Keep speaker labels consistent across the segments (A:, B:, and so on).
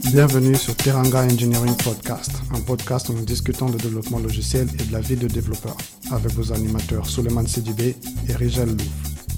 A: Bienvenue sur Teranga Engineering Podcast, un podcast où nous discutons de développement logiciel et de la vie de développeur, avec vos animateurs Souleymane Sidibé et Rigel Louf.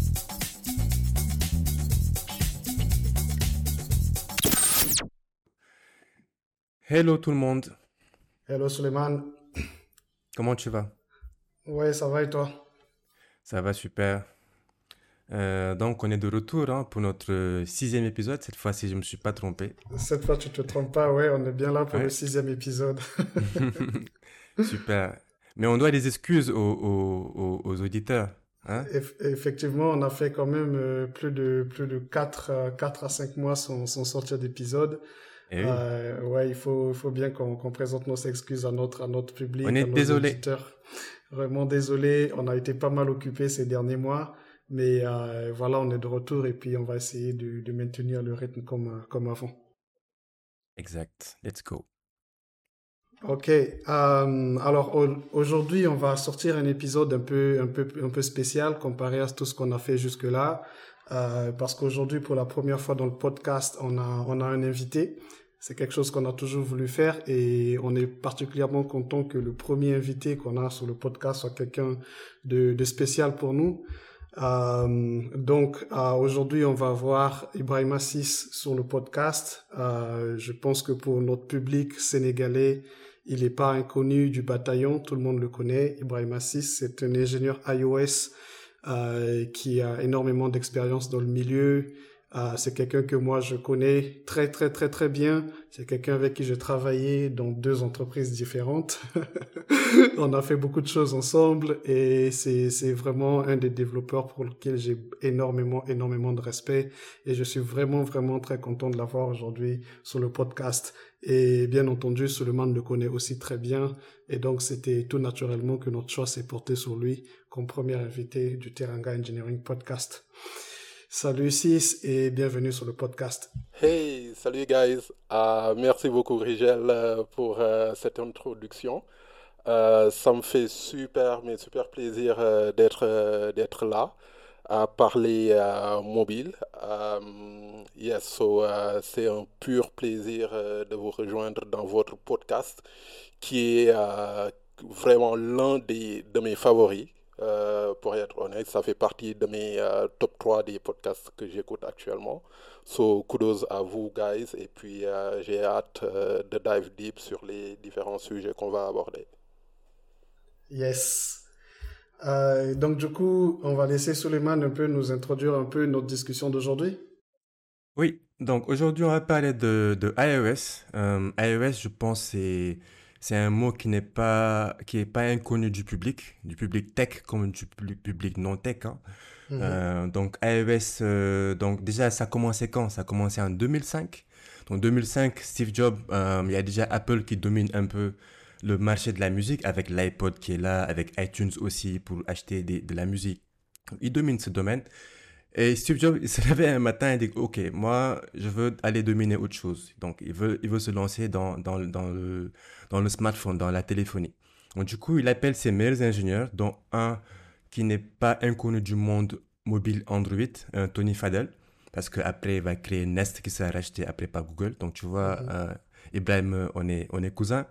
B: Hello tout le monde,
A: Hello Souleymane.
B: comment tu vas?
A: Ouais, ça va et toi?
B: Ça va super. Donc on est de retour pour notre sixième épisode, cette fois-ci je me suis pas trompé.
A: Cette fois, tu te trompes pas, ouais, on est bien là pour le
B: Ouais.
A: 6e épisode.
B: Super. Mais on doit des excuses aux auditeurs, hein?
A: Effectivement, on a fait quand même plus de 4 à 5 mois sans sortir d'épisode.
B: Eh oui,
A: Ouais, il faut bien qu'on présente nos excuses à notre
B: on
A: public,
B: est
A: à nos
B: désolé.
A: auditeurs. Vraiment désolé, on a été pas mal occupés ces derniers mois, mais voilà, on est de retour et puis on va essayer de maintenir le rythme comme avant.
B: Exact, let's go.
A: Ok, alors aujourd'hui, on va sortir un épisode un peu spécial comparé à tout ce qu'on a fait jusque-là, parce qu'aujourd'hui, pour la première fois dans le podcast, on a un invité. C'est quelque chose qu'on a toujours voulu faire et on est particulièrement content que le premier invité qu'on a sur le podcast soit quelqu'un de spécial pour nous. Donc aujourd'hui, on va voir Ibrahim Assis sur le podcast. Je pense que pour notre public sénégalais, il n'est pas inconnu du bataillon, tout le monde le connaît. Ibrahim Assis, c'est un ingénieur iOS qui a énormément d'expérience dans le milieu. C'est quelqu'un que moi je connais très très très très bien. C'est quelqu'un avec qui j'ai travaillé dans 2 entreprises différentes. On a fait beaucoup de choses ensemble et c'est vraiment un des développeurs pour lequel j'ai énormément de respect et je suis vraiment très content de l'avoir aujourd'hui sur le podcast. Et bien entendu, Souleymane le connaît aussi très bien et donc c'était tout naturellement que notre choix s'est porté sur lui comme premier invité du Teranga Engineering Podcast. Salut Sis et bienvenue sur le podcast.
C: Hey, salut guys. Merci beaucoup Rigel pour cette introduction. Ça me fait mais super plaisir d'être là à parler mobile. Yes, c'est un pur plaisir de vous rejoindre dans votre podcast qui est vraiment de mes favoris. Pour être honnête, ça fait partie de mes top 3 des podcasts que j'écoute actuellement. So, kudos à vous, guys. Et puis, j'ai hâte de dive deep sur les différents sujets qu'on va aborder.
A: Yes. Donc du coup, on va laisser Souleymane un peu nous introduire un peu notre discussion d'aujourd'hui.
B: Oui, donc aujourd'hui on va parler de iOS. iOS, je pense, c'est un mot qui est pas inconnu du public tech comme du public non tech, hein.
A: Mhm.
B: Donc iOS, donc déjà ça a commencé quand? Ça a commencé en 2005. Donc 2005, Steve Jobs, il y a déjà Apple qui domine un peu le marché de la musique avec l'iPod qui est là, avec iTunes aussi pour acheter de la musique. Il domine ce domaine. Et Steve Jobs, il se réveille un matin et dit, OK, moi, je veux aller dominer autre chose. Donc, il veut se lancer dans le smartphone, dans la téléphonie. Donc, du coup, il appelle ses meilleurs ingénieurs, dont un qui n'est pas inconnu du monde mobile Android, Tony Fadell, parce qu'après, il va créer Nest qui sera racheté après par Google. Donc, tu vois,
A: Mhm.
B: Ibrahim, on est cousins.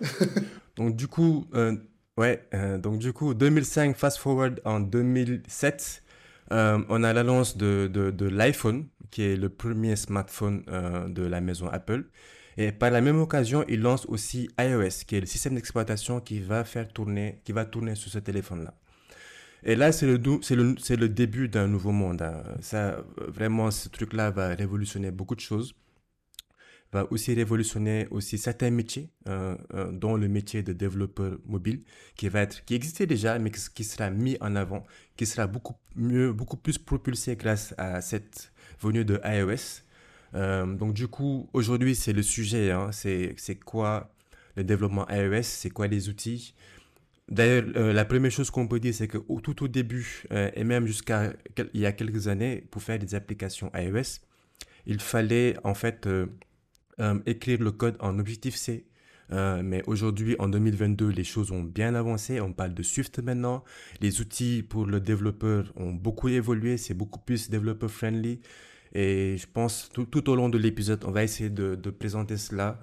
B: Donc, du coup, ouais, donc, du coup, 2005, fast forward en 2007, on a l'annonce de l'iPhone, qui est le premier smartphone de la maison Apple. Et par la même occasion, il lance aussi iOS, qui est le système d'exploitation qui va tourner sur ce téléphone-là. Et là, c'est le début d'un nouveau monde, hein. Ça, vraiment, ce truc-là va révolutionner beaucoup de choses. Va aussi révolutionner aussi certains métiers, dont le métier de développeur mobile, qui existait déjà, mais qui sera mis en avant, qui sera beaucoup mieux, beaucoup plus propulsé grâce à cette venue de iOS. Donc du coup, aujourd'hui, c'est le sujet, hein. C'est quoi le développement iOS, c'est quoi les outils. D'ailleurs, la première chose qu'on peut dire, c'est que tout au début, et même jusqu'à il y a quelques années, pour faire des applications iOS, il fallait en fait écrire le code en Objective-C. Mais aujourd'hui, en 2022, les choses ont bien avancé. On parle de Swift maintenant. Les outils pour le développeur ont beaucoup évolué. C'est beaucoup plus développeur friendly. Et je pense tout au long de l'épisode, on va essayer de présenter cela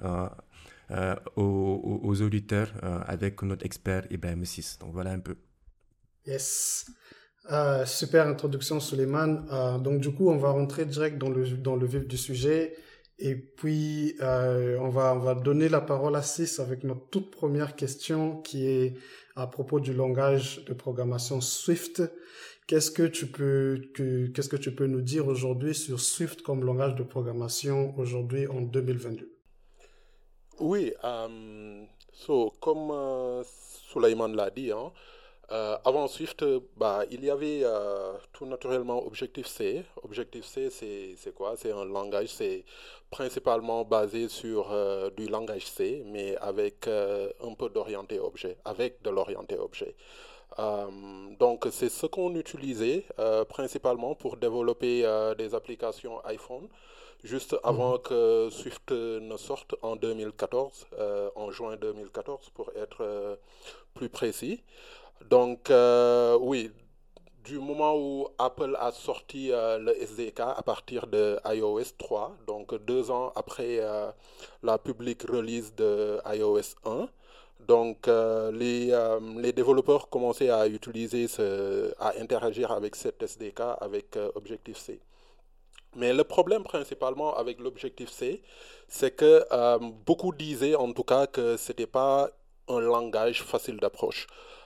B: aux auditeurs avec notre expert Ibrahim Sis. Donc voilà un peu.
A: Yes. Super introduction, Suleiman. Donc, du coup, on va rentrer direct dans le vif du sujet. Et puis, on va donner la parole à Sis avec notre toute première question qui est à propos du langage de programmation Swift. Qu'est-ce que tu peux nous dire aujourd'hui sur Swift comme langage de programmation aujourd'hui en 2022?
C: Oui, comme Suleiman l'a dit, hein, avant Swift, bah, il y avait tout naturellement Objective-C. Objective-C, c'est quoi? C'est un langage, c'est principalement basé sur du langage C, mais avec un peu d'orienté objet, avec de l'orienté objet. Euh, donc, c'est ce qu'on utilisait principalement pour développer des applications iPhone, juste
A: Mhm.
C: avant que Swift ne sorte en 2014, en juin 2014 pour être plus précis. Donc, oui, du moment où Apple a sorti le SDK à partir de iOS 3, donc 2 ans après la public release de iOS 1, donc les développeurs commençaient à à interagir avec cet SDK avec Objective-C. Mais le problème principalement avec l'Objective-C, c'est que beaucoup disaient en tout cas que c'était pas un langage facile d'approche.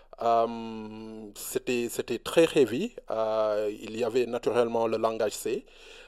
C: C'était très heavy. Il y avait naturellement le langage C,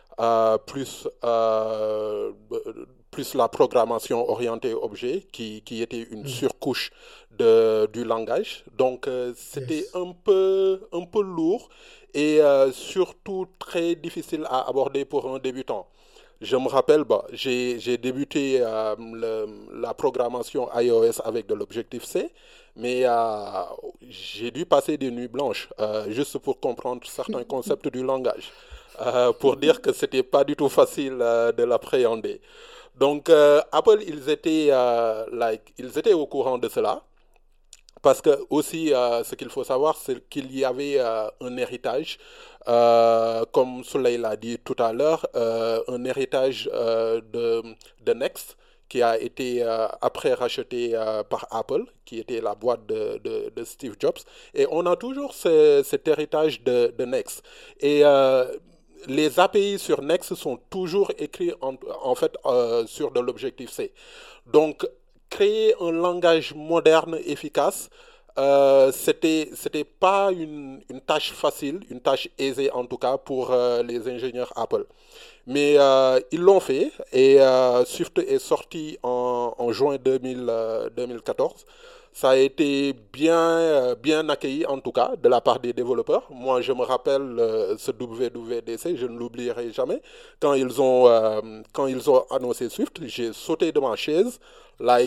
C: plus la programmation orientée objet, qui était une
A: Mhm.
C: surcouche du langage. Donc, c'était
A: Yes.
C: un peu lourd et surtout très difficile à aborder pour un débutant. Je me rappelle, bah, j'ai débuté la programmation iOS avec de l'Objective-C, mais j'ai dû passer des nuits blanches juste pour comprendre certains concepts du langage, pour dire que c'était pas du tout facile de l'appréhender. Donc, Apple, ils étaient au courant de cela. Parce que aussi, ce qu'il faut savoir, c'est qu'il y avait un héritage, comme Soleil l'a dit tout à l'heure, un héritage de Next qui a été après racheté par Apple, qui était la boîte de Steve Jobs. Et on a toujours cet héritage de Next. Et les API sur Next sont toujours écrits en fait sur de l'Objective-C. Donc, créer un langage moderne, efficace, c'était pas une tâche facile, une tâche aisée en tout cas pour les ingénieurs Apple. Mais ils l'ont fait et Swift est sorti en juin 2014. Ça a été bien accueilli en tout cas de la part des développeurs. Moi, je me rappelle ce WWDC, je ne l'oublierai jamais. Quand ils ont annoncé Swift, j'ai sauté de ma chaise. Like,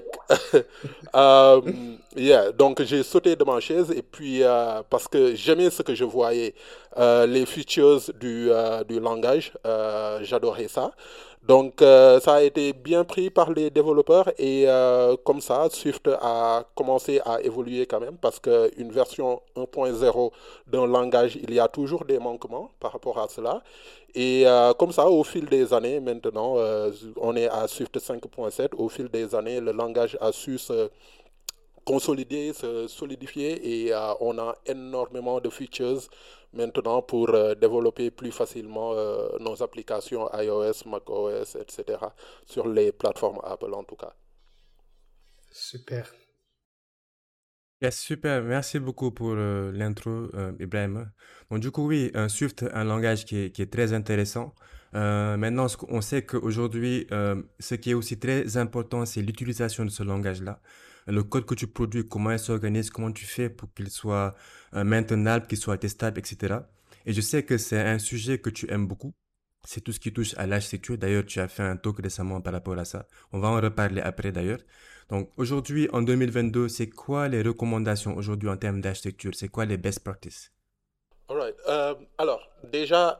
C: yeah, donc j'ai sauté de ma chaise et puis parce que j'aimais ce que je voyais, les features du langage, j'adorais ça. Donc ça a été bien pris par les développeurs et comme ça, Swift a commencé à évoluer quand même parce qu'une version 1.0 d'un langage, il y a toujours des manquements par rapport à cela. Et comme ça, au fil des années, maintenant, on est à Swift 5.7. Au fil des années, le langage a su se consolider, se solidifier et on a énormément de features maintenant pour développer plus facilement nos applications iOS, macOS, etc. sur les plateformes Apple en tout cas.
A: Super.
B: Yes, super, merci beaucoup pour l'intro, Ibrahim. Donc, du coup, oui, Swift, un langage qui est très intéressant. Maintenant, on sait qu'aujourd'hui, ce qui est aussi très important, c'est l'utilisation de ce langage-là. Le code que tu produis, comment il s'organise, comment tu fais pour qu'il soit maintenable, qu'il soit testable, etc. Et je sais que c'est un sujet que tu aimes beaucoup. C'est tout ce qui touche à l'architecture. D'ailleurs, tu as fait un talk récemment par rapport à ça. On va en reparler après, d'ailleurs. Donc aujourd'hui, en 2022, c'est quoi les recommandations aujourd'hui en termes d'architecture? C'est quoi les best practices?
C: Alright. Alors, déjà,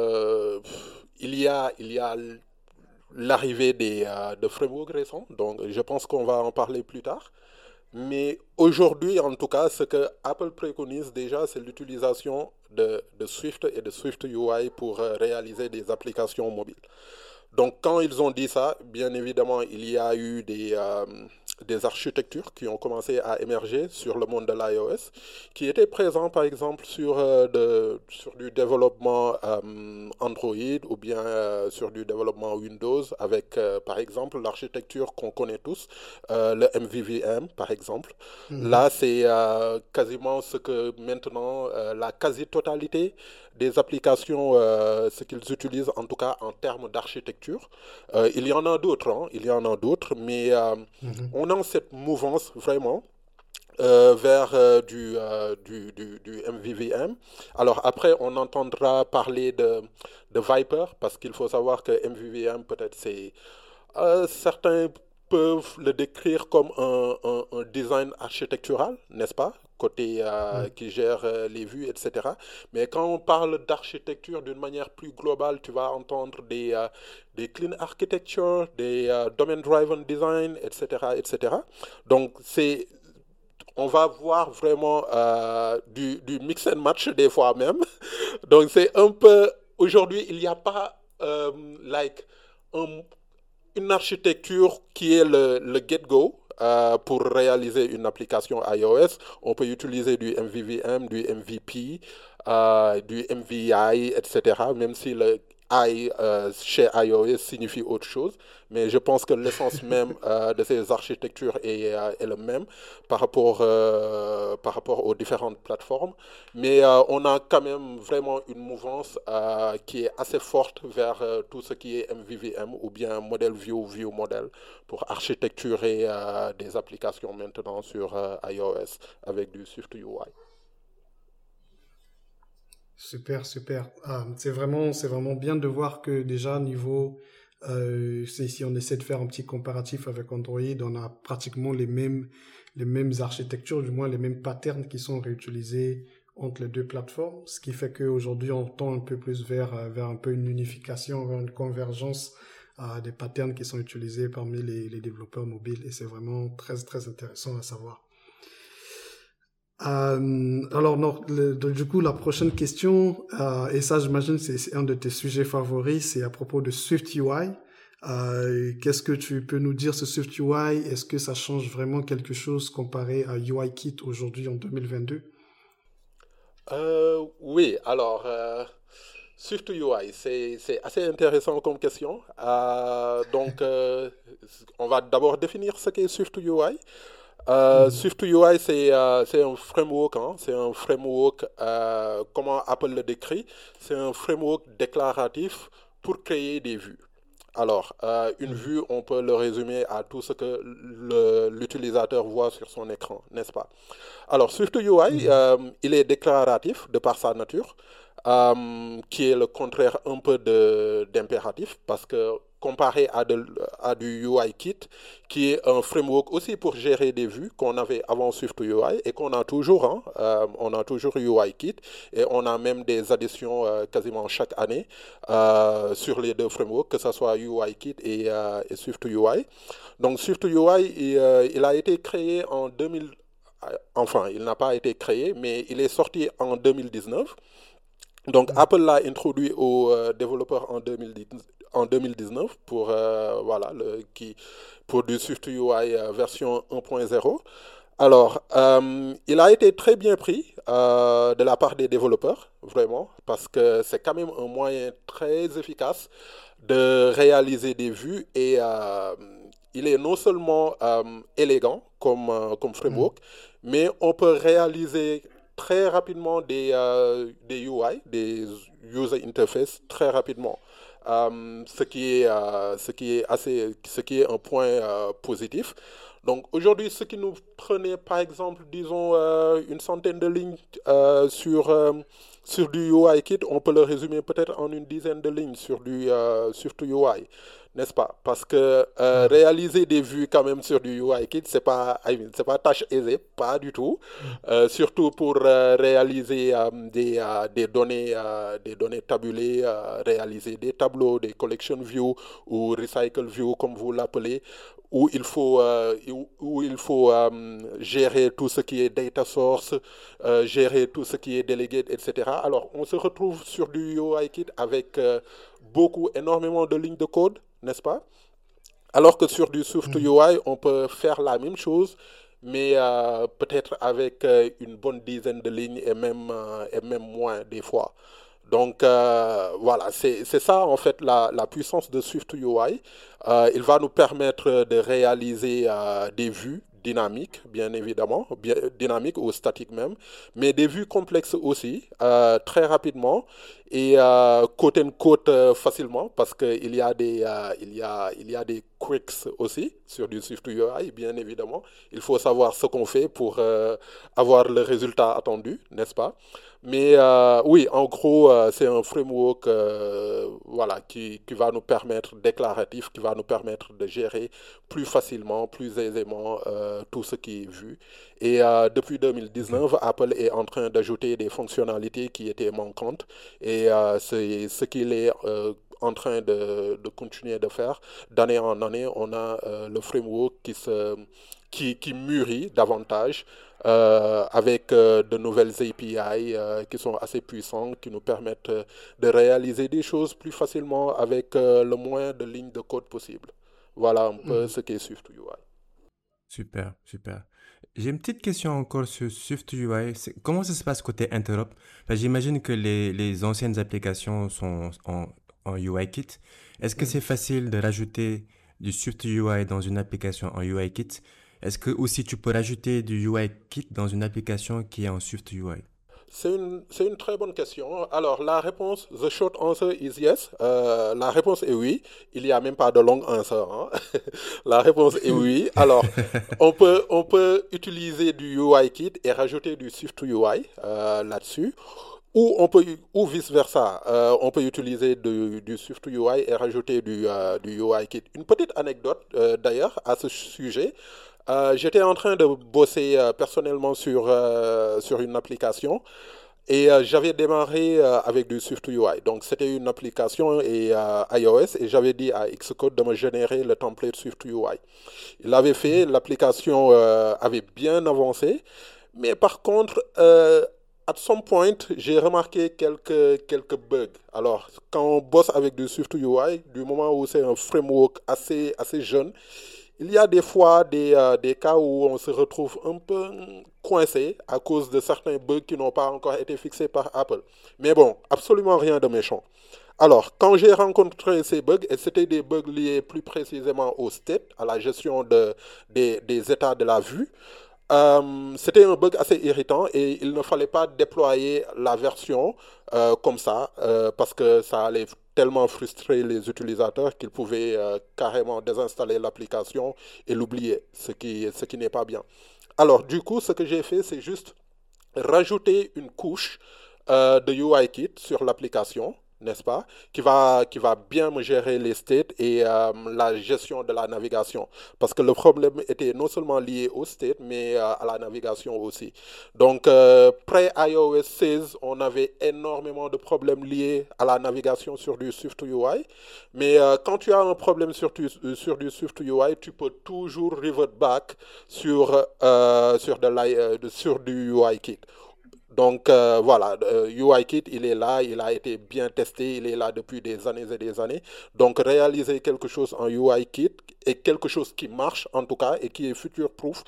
C: il y a l'arrivée de frameworks récents, donc je pense qu'on va en parler plus tard. Mais aujourd'hui, en tout cas, ce que Apple préconise déjà, c'est l'utilisation de Swift et de Swift UI pour réaliser des applications mobiles. Donc, quand ils ont dit ça, bien évidemment, il y a eu des architectures qui ont commencé à émerger sur le monde de l'iOS, qui étaient présents, par exemple, sur du développement Android ou bien sur du développement Windows, avec, par exemple, l'architecture qu'on connaît tous, le MVVM, par exemple.
A: Mhm.
C: Là, c'est quasiment ce que maintenant, la quasi-totalité des applications, ce qu'ils utilisent en tout cas en termes d'architecture. Il y en a d'autres, hein, il y en a d'autres, mais
A: Mhm.
C: on a cette mouvance vraiment vers du MVVM. Alors après, on entendra parler de Viper, parce qu'il faut savoir que MVVM, peut-être c'est certains peuvent le décrire comme un design architectural, n'est-ce pas? Côté
A: Mhm.
C: qui gère les vues, etc. Mais quand on parle d'architecture d'une manière plus globale, tu vas entendre des clean architecture, des domain-driven design, etc., etc. Donc, on va voir vraiment du mix and match des fois même. Donc, c'est un peu, aujourd'hui, il n'y a pas like un une architecture qui est le get-go pour réaliser une application iOS. On peut utiliser du MVVM, du MVP, du MVI, etc. Même si le I chez iOS signifie autre chose. Mais je pense que l'essence même de ces architectures est le même par rapport aux différentes plateformes. Mais on a quand même vraiment une mouvance qui est assez forte vers tout ce qui est MVVM ou bien Model View, View Model pour architecturer des applications maintenant sur iOS avec du Swift UI.
A: Super, super. C'est vraiment bien de voir que déjà niveau, si on essaie de faire un petit comparatif avec Android, on a pratiquement les mêmes architectures, du moins les mêmes patterns qui sont réutilisés entre les deux plateformes, ce qui fait qu'aujourd'hui on tend un peu plus vers un peu une unification, vers une convergence des patterns qui sont utilisés parmi les développeurs mobiles et c'est vraiment très, très intéressant à savoir. Alors, non, donc, du coup, la prochaine question, et ça, j'imagine, c'est un de tes sujets favoris, c'est à propos de Swift UI. Qu'est-ce que tu peux nous dire sur Swift UI? Est-ce que ça change vraiment quelque chose comparé à UIKit aujourd'hui en 2022?
C: Oui, alors, Swift UI, c'est assez intéressant comme question. Donc, on va d'abord définir ce qu'est Swift UI.
A: Mhm.
C: Swift UI, c'est un framework, hein, c'est un framework, comment Apple le décrit, c'est un framework déclaratif pour créer des vues. Alors, une
A: Mhm.
C: vue, on peut le résumer à tout ce que l'utilisateur voit sur son écran, n'est-ce pas? Alors, Swift UI,
A: Mhm.
C: il est déclaratif de par sa nature, qui est le contraire un peu d'impératif, parce que comparé à du UIKit, qui est un framework aussi pour gérer des vues qu'on avait avant Swift UI et qu'on a toujours, hein, on a toujours UIKit et on a même des additions quasiment chaque année sur les deux frameworks, que ce soit UIKit et Swift UI. Donc Swift UI, il a été créé en 2000, enfin, il n'a pas été créé, mais il est sorti en 2019. Donc
A: Mhm.
C: Apple l'a introduit aux développeurs en 2019 pour, voilà, pour du Swift UI version 1.0. Alors, il a été très bien pris de la part des développeurs, vraiment, parce que c'est quand même un moyen très efficace de réaliser des vues et il est non seulement élégant comme
A: Mhm.
C: framework, mais on peut réaliser très rapidement des UI, des user interface très rapidement. Ce qui est un point positif. Donc aujourd'hui, ce qui nous prenait par exemple, disons, une centaine de lignes sur du UIKit, on peut le résumer peut-être en une dizaine de lignes sur du UI, n'est-ce pas? Parce que
A: Ouais.
C: réaliser des vues quand même sur du UIKit, c'est pas tâche aisée, pas du tout.
A: Mhm.
C: Surtout pour réaliser des données tabulées, réaliser des tableaux, des collection view ou recycle view comme vous l'appelez, où il faut gérer tout ce qui est data source, gérer tout ce qui est delegate, etc. Alors, on se retrouve sur du UIKit avec énormément de lignes de code, n'est-ce pas? Alors que sur du Swift
A: Mhm.
C: UI, on peut faire la même chose, mais peut-être avec une bonne dizaine de lignes et même moins des fois. Donc voilà, c'est ça en fait la puissance de Swift UI. Il va nous permettre de réaliser des vues dynamiques, bien évidemment, dynamiques ou statiques même, mais des vues complexes aussi, très rapidement et côte and côte facilement parce qu'il y a il y a des quirks aussi sur du Swift UI, bien évidemment. Il faut savoir ce qu'on fait pour avoir le résultat attendu, n'est-ce pas? Mais oui, en gros, c'est un framework voilà, qui va nous permettre, déclaratif, qui va nous permettre de gérer plus facilement, plus aisément tout ce qui est vu. Et depuis
B: Ok.
C: 2019, Apple est en train d'ajouter des fonctionnalités qui étaient manquantes et c'est ce qu'il est en train de continuer de faire. D'année en année, on a le framework qui mûrit davantage avec de nouvelles API qui sont assez puissantes, qui nous permettent de réaliser des choses plus facilement avec le moins de lignes de code possible. Voilà un peu
A: Mhm.
C: ce qu'est SwiftUI.
B: Super, super. J'ai une petite question encore sur SwiftUI. Comment ça se passe côté interop? Enfin, j'imagine que les anciennes applications sont en UIKit. Est-ce que c'est
A: Mhm.
B: facile de rajouter du SwiftUI dans une application en UIKit? Est-ce que aussi tu peux rajouter du UIKit dans une application qui est en SwiftUI?
C: C'est une très bonne question. Alors, la réponse, the short answer is yes. La réponse est oui. Il n'y a même pas de long answer, hein. La réponse est oui. Alors, on peut utiliser du UIKit et rajouter du Swift2UI là-dessus. Ou vice-versa. On peut utiliser du Swift2UI et rajouter du UIKit. Une petite anecdote d'ailleurs à ce sujet. J'étais en train de bosser personnellement sur une application et j'avais démarré avec du Swift UI. Donc c'était une application et iOS et j'avais dit à Xcode de me générer le template Swift UI. Il l'avait fait,
A: Mhm.
C: l'application avait bien avancé, mais par contre, at some point, j'ai remarqué quelques bugs. Alors, quand on bosse avec du Swift UI, du moment où c'est un framework assez jeune, il y a des fois des cas où on se retrouve un peu coincé à cause de certains bugs qui n'ont pas encore été fixés par Apple. Mais bon, absolument rien de méchant. Alors, quand j'ai rencontré ces bugs, et c'était des bugs liés plus précisément au state, à la gestion des états de la vue, c'était un bug assez irritant et il ne fallait pas déployer la version comme ça parce que ça allait tellement frustrer les utilisateurs qu'ils pouvaient carrément désinstaller l'application et l'oublier, ce qui n'est pas bien. Alors, du coup, ce que j'ai fait, c'est juste rajouter une couche de UIKit sur l'application, n'est-ce pas, qui va bien me gérer les states et la gestion de la navigation. Parce que le problème était non seulement lié au state, mais à la navigation aussi. Donc, pré-iOS 16, on avait énormément de problèmes liés à la navigation sur du SwiftUI. Mais quand tu as un problème sur du SwiftUI, tu peux toujours revert back sur du UIKit. Donc voilà, UIKit, il est là, il a été bien testé, il est là depuis des années et des années. Donc réaliser quelque chose en UIKit est quelque chose qui marche en tout cas et qui est future-proof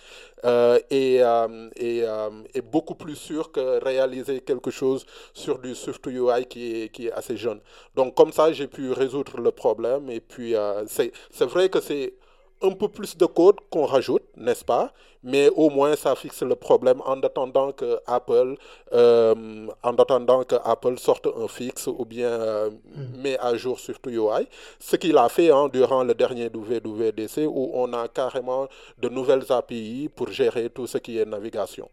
C: est beaucoup plus sûr que réaliser quelque chose sur du Swift UI qui est assez jeune. Donc comme ça, j'ai pu résoudre le problème et puis c'est vrai que c'est un peu plus de code qu'on rajoute, n'est-ce pas? Mais au moins ça fixe le problème en attendant que Apple sorte un fixe ou bien
A: Mhm.
C: met à jour surtout UI. Ce qu'il a fait hein, durant le dernier WWDC où on a carrément de nouvelles API pour gérer tout ce qui est navigation.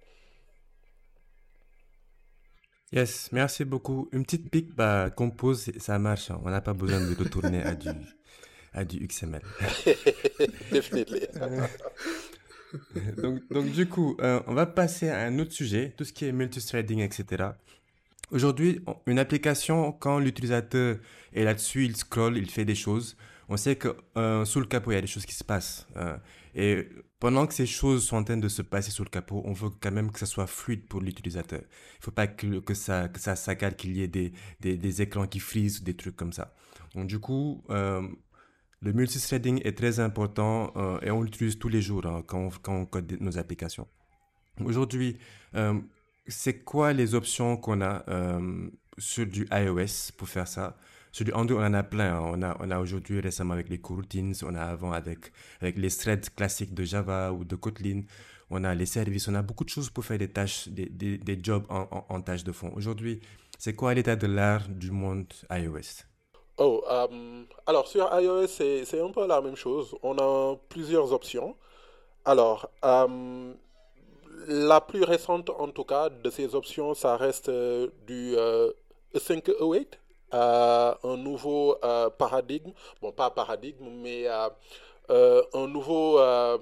B: Yes, merci beaucoup. Une petite pique, bah, compose, ça marche, hein. On n'a pas besoin de retourner à du XML.
C: Definitely.
B: Euh, donc, du coup, on va passer à un autre sujet, tout ce qui est multithreading, etc. Aujourd'hui, une application, quand l'utilisateur est là-dessus, il scrolle, il fait des choses, on sait que sous le capot, il y a des choses qui se passent. Et pendant que ces choses sont en train de se passer sous le capot, on veut quand même que ça soit fluide pour l'utilisateur. Il ne faut pas que ça saccade, qu'il y ait des écrans qui freeze ou des trucs comme ça. Donc du coup, le multithreading est très important et on l'utilise tous les jours quand on code nos applications. Aujourd'hui, c'est quoi les options qu'on a sur du iOS pour faire ça? Sur du Android, on en a plein. On a aujourd'hui récemment avec les coroutines, on a avant avec les threads classiques de Java ou de Kotlin. On a les services, on a beaucoup de choses pour faire des tâches, des jobs en tâches de fond. Aujourd'hui, c'est quoi l'état de l'art du monde iOS?
C: Oh, alors sur iOS, c'est un peu la même chose. On a plusieurs options. Alors, la plus récente, en tout cas, de ces options, ça reste du E5E8, un nouveau paradigme, bon, pas paradigme, mais un nouveau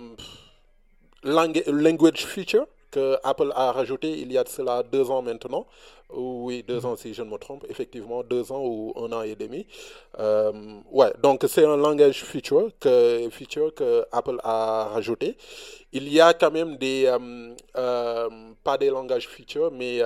C: language feature que Apple a rajouté il y a de cela 2 ans maintenant. Oui, 2 ans si je ne me trompe, effectivement, 2 ans ou 1 an et demi. Ouais, donc c'est un langage feature que Apple a rajouté. Il y a quand même pas des langages features, mais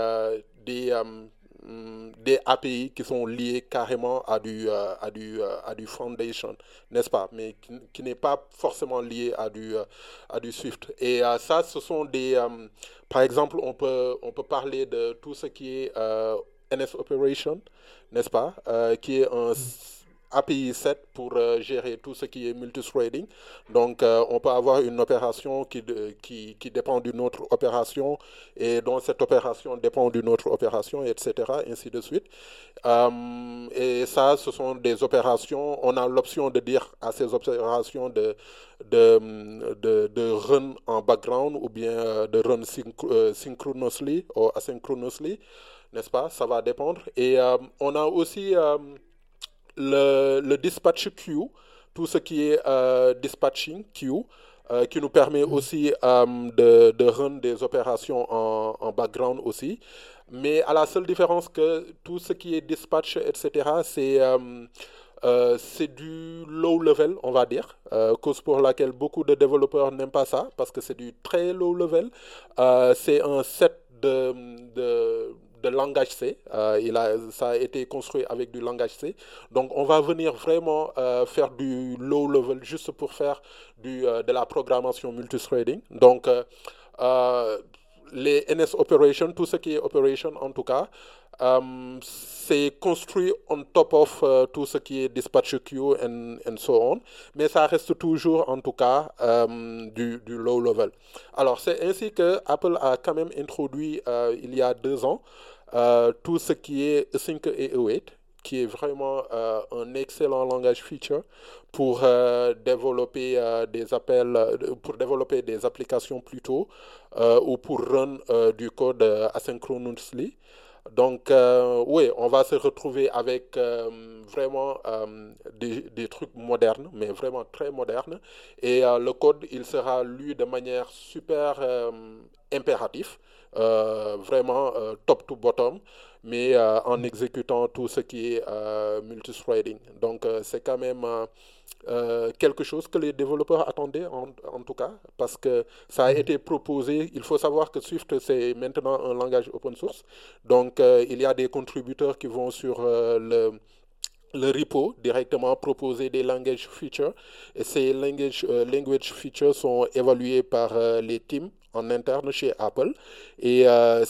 C: des API qui sont liés carrément à du Foundation, n'est-ce pas? Mais qui n'est pas forcément lié à du Swift. Et ça, ce sont par exemple, on peut parler de tout ce qui est NS Operation, n'est-ce pas? Qui est un API 7 pour gérer tout ce qui est multithreading. Donc, on peut avoir une opération qui dépend d'une autre opération et dont cette opération dépend d'une autre opération, etc., ainsi de suite. Et ça, ce sont des opérations. On a l'option de dire à ces opérations de run en background ou bien de run synchronously ou asynchronously, n'est-ce pas? Ça va dépendre. Et on a aussi le dispatch queue, tout ce qui est dispatching queue, qui nous permet aussi de run des opérations en background aussi. Mais à la seule différence que tout ce qui est dispatch, etc., c'est du low level, on va dire, cause pour laquelle beaucoup de développeurs n'aiment pas ça, parce que c'est du très low level. C'est un set de langage C. Ça a été construit avec du langage C. Donc, on va venir vraiment faire du low level juste pour faire de la programmation multithreading. Donc, les NS Operation, tout ce qui est Operation en tout cas, c'est construit on top of tout ce qui est dispatch queue and so on, mais ça reste toujours en tout cas du low level. Alors c'est ainsi que Apple a quand même introduit il y a 2 ans tout ce qui est Async et E8, qui est vraiment un excellent langage feature pour développer pour développer des applications plutôt, ou pour run du code asynchronously. Donc, oui, on va se retrouver avec vraiment des trucs modernes, mais vraiment très modernes. Et le code, il sera lu de manière super impérative, vraiment top to bottom, mais en exécutant tout ce qui est multithreading. Donc, c'est quand même quelque chose que les développeurs attendaient en tout cas, parce que ça a été proposé. Il faut savoir que Swift, c'est maintenant un langage open source. Donc, il y a des contributeurs qui vont sur le repo directement proposer des language features, et ces language features sont évalués par les teams en interne chez Apple, et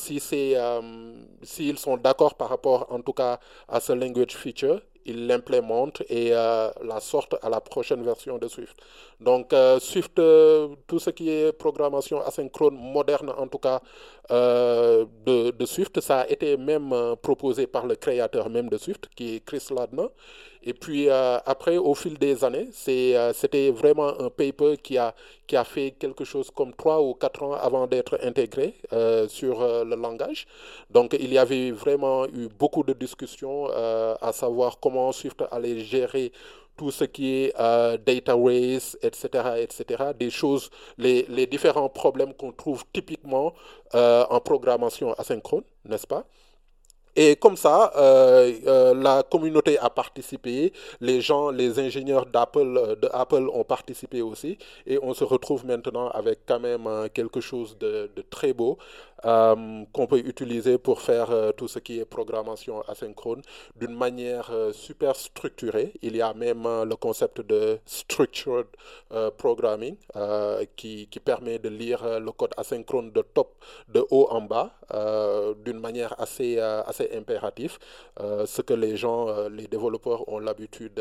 C: s'ils sont d'accord par rapport en tout cas à ce language feature, ils l'implémentent et la sortent à la prochaine version de Swift. Donc Swift, tout ce qui est programmation asynchrone moderne en tout cas de Swift, ça a été même proposé par le créateur même de Swift, qui est Chris Ladner. Et puis après, au fil des années, c'était vraiment un paper qui a fait quelque chose comme 3 ou 4 ans avant d'être intégré sur le langage. Donc il y avait vraiment eu beaucoup de discussions à savoir comment Swift allait gérer tout ce qui est data race, etc., etc., des choses, les différents problèmes qu'on trouve typiquement en programmation asynchrone, n'est-ce pas? Et comme ça, la communauté a participé, les gens, les ingénieurs de Apple ont participé aussi, et on se retrouve maintenant avec quand même quelque chose de très beau qu'on peut utiliser pour faire tout ce qui est programmation asynchrone d'une manière super structurée. Il y a même le concept de structured programming qui permet de lire le code asynchrone de haut en bas d'une manière assez impérative, ce que les gens, les développeurs ont l'habitude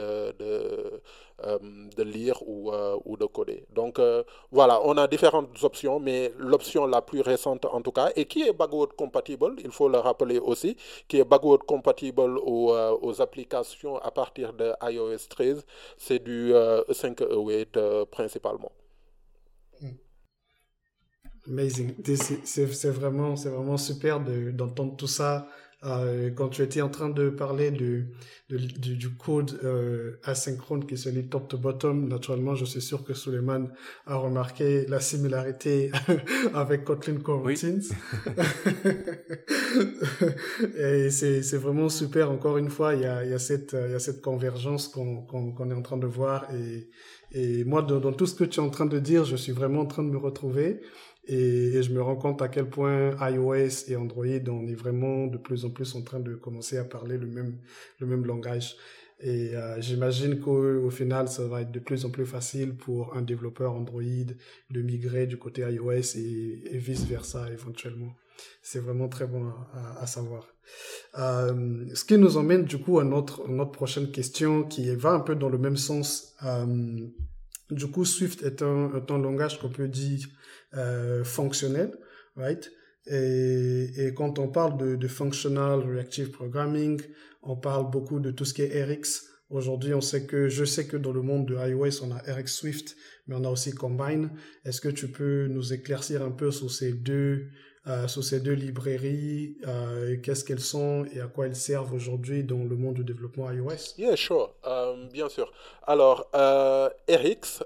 C: de lire ou de coder. Donc voilà, on a différentes options, mais l'option la plus récente en tout cas, et qui est backward compatible, il faut le rappeler aussi, qui est backward compatible aux applications à partir de iOS 13, c'est du E5 E8 principalement.
A: Amazing. C'est vraiment super d'entendre tout ça. Quand tu étais en train de parler du code asynchrone qui se lit top to bottom, naturellement, je suis sûr que Suleiman a remarqué la similarité avec Kotlin Coroutines. Oui. Et c'est vraiment super. Encore une fois, il y a cette convergence qu'on est en train de voir. Et moi, dans tout ce que tu es en train de dire, je suis vraiment en train de me retrouver. Et je me rends compte à quel point iOS et Android, on est vraiment de plus en plus en train de commencer à parler le même langage. Et j'imagine qu'au final, ça va être de plus en plus facile pour un développeur Android de migrer du côté iOS et vice-versa éventuellement. C'est vraiment très bon à savoir. Ce qui nous emmène du coup à notre prochaine question qui va un peu dans le même sens. Du coup, Swift est un langage qu'on peut dire fonctionnel, right? Et quand on parle de functional reactive programming, on parle beaucoup de tout ce qui est RX. Aujourd'hui, je sais que dans le monde de iOS, on a RX Swift, mais on a aussi Combine. Est-ce que tu peux nous éclaircir un peu sur ces deux librairies, qu'est-ce qu'elles sont et à quoi elles servent aujourd'hui dans le monde du développement iOS?
C: Yeah, sure. Bien sûr. Alors, RX,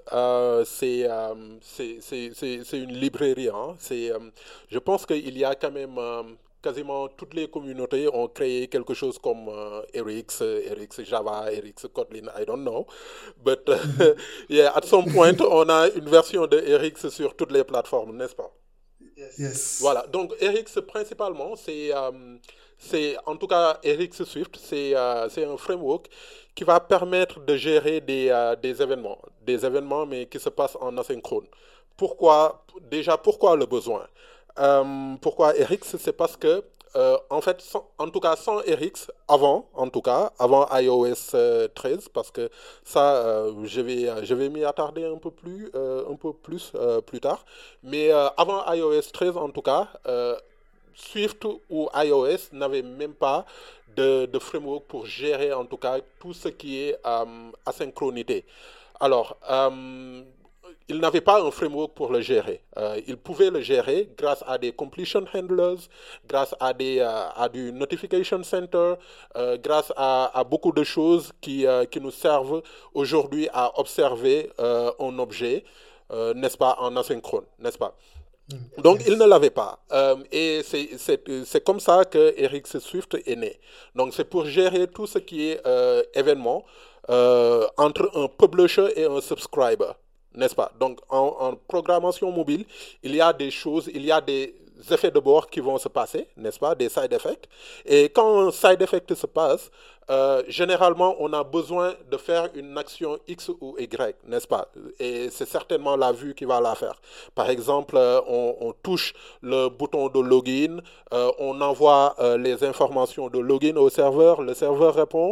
C: c'est une librairie. Hein. Je pense qu'il y a quand même quasiment toutes les communautés ont créé quelque chose comme RX, RX Java, RX Kotlin, I don't know. But yeah, at some point, on a une version de RX sur toutes les plateformes, n'est-ce pas?
A: Yes.
C: Voilà, donc RX principalement, c'est en tout cas RX Swift, c'est un framework qui va permettre de gérer des événements mais qui se passent en asynchrone. Pourquoi le besoin? Pourquoi RX? C'est parce que en fait, en tout cas sans RX, avant iOS 13, parce que ça, je vais m'y attarder un peu plus plus tard. Mais avant iOS 13, en tout cas, Swift ou iOS n'avaient même pas de framework pour gérer en tout cas tout ce qui est asynchronité. Alors, il n'avait pas un framework pour le gérer. Il pouvait le gérer grâce à des completion handlers, grâce à du notification center, grâce à beaucoup de choses qui nous servent aujourd'hui à observer un objet, n'est-ce pas, en asynchrone, n'est-ce pas? Donc, il ne l'avait pas. Et c'est comme ça que RX Swift est né. Donc, c'est pour gérer tout ce qui est événement entre un publisher et un subscriber, n'est-ce pas? Donc, en programmation mobile, il y a des effets de bord qui vont se passer, n'est-ce pas? Des side effects. Et quand un side effect se passe, généralement, on a besoin de faire une action X ou Y, n'est-ce pas? Et c'est certainement la vue qui va la faire. Par exemple, on touche le bouton de login, on envoie les informations de login au serveur, le serveur répond,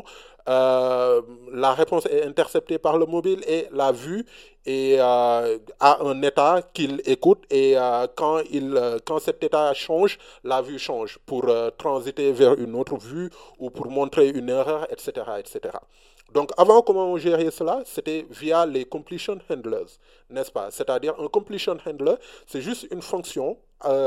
C: la réponse est interceptée par le mobile et la vue a un état qu'il écoute et quand cet état change, la vue change pour transiter vers une autre vue ou pour montrer une erreur, etc., etc. Donc, avant, comment on gérait cela? C'était via les completion handlers, n'est-ce pas? C'est-à-dire, un completion handler, c'est juste une fonction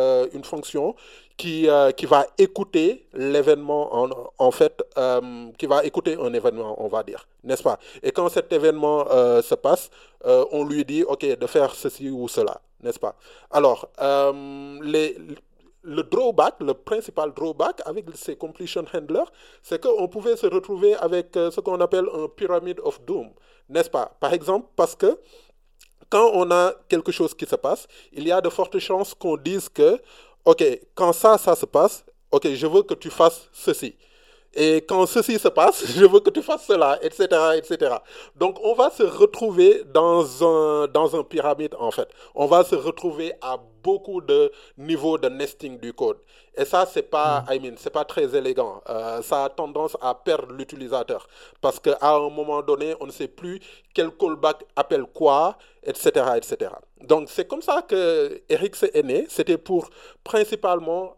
C: qui va écouter l'événement, en fait, qui va écouter un événement, on va dire, n'est-ce pas? Et quand cet événement se passe, on lui dit, OK, de faire ceci ou cela, n'est-ce pas? Alors, le drawback, le principal drawback avec ces completion handlers, c'est qu'on pouvait se retrouver avec ce qu'on appelle un pyramid of doom, n'est-ce pas? Par exemple, parce que quand on a quelque chose qui se passe, il y a de fortes chances qu'on dise que, OK, quand ça se passe, OK, je veux que tu fasses ceci. Et quand ceci se passe, je veux que tu fasses cela, etc., etc. Donc, on va se retrouver dans un pyramide, en fait. On va se retrouver à beaucoup de niveaux de nesting du code. Et ça, c'est pas très élégant. Ça a tendance à perdre l'utilisateur. Parce qu'à un moment donné, on ne sait plus quel callback appelle quoi, etc., etc. Donc, c'est comme ça que RX est né. C'était pour principalement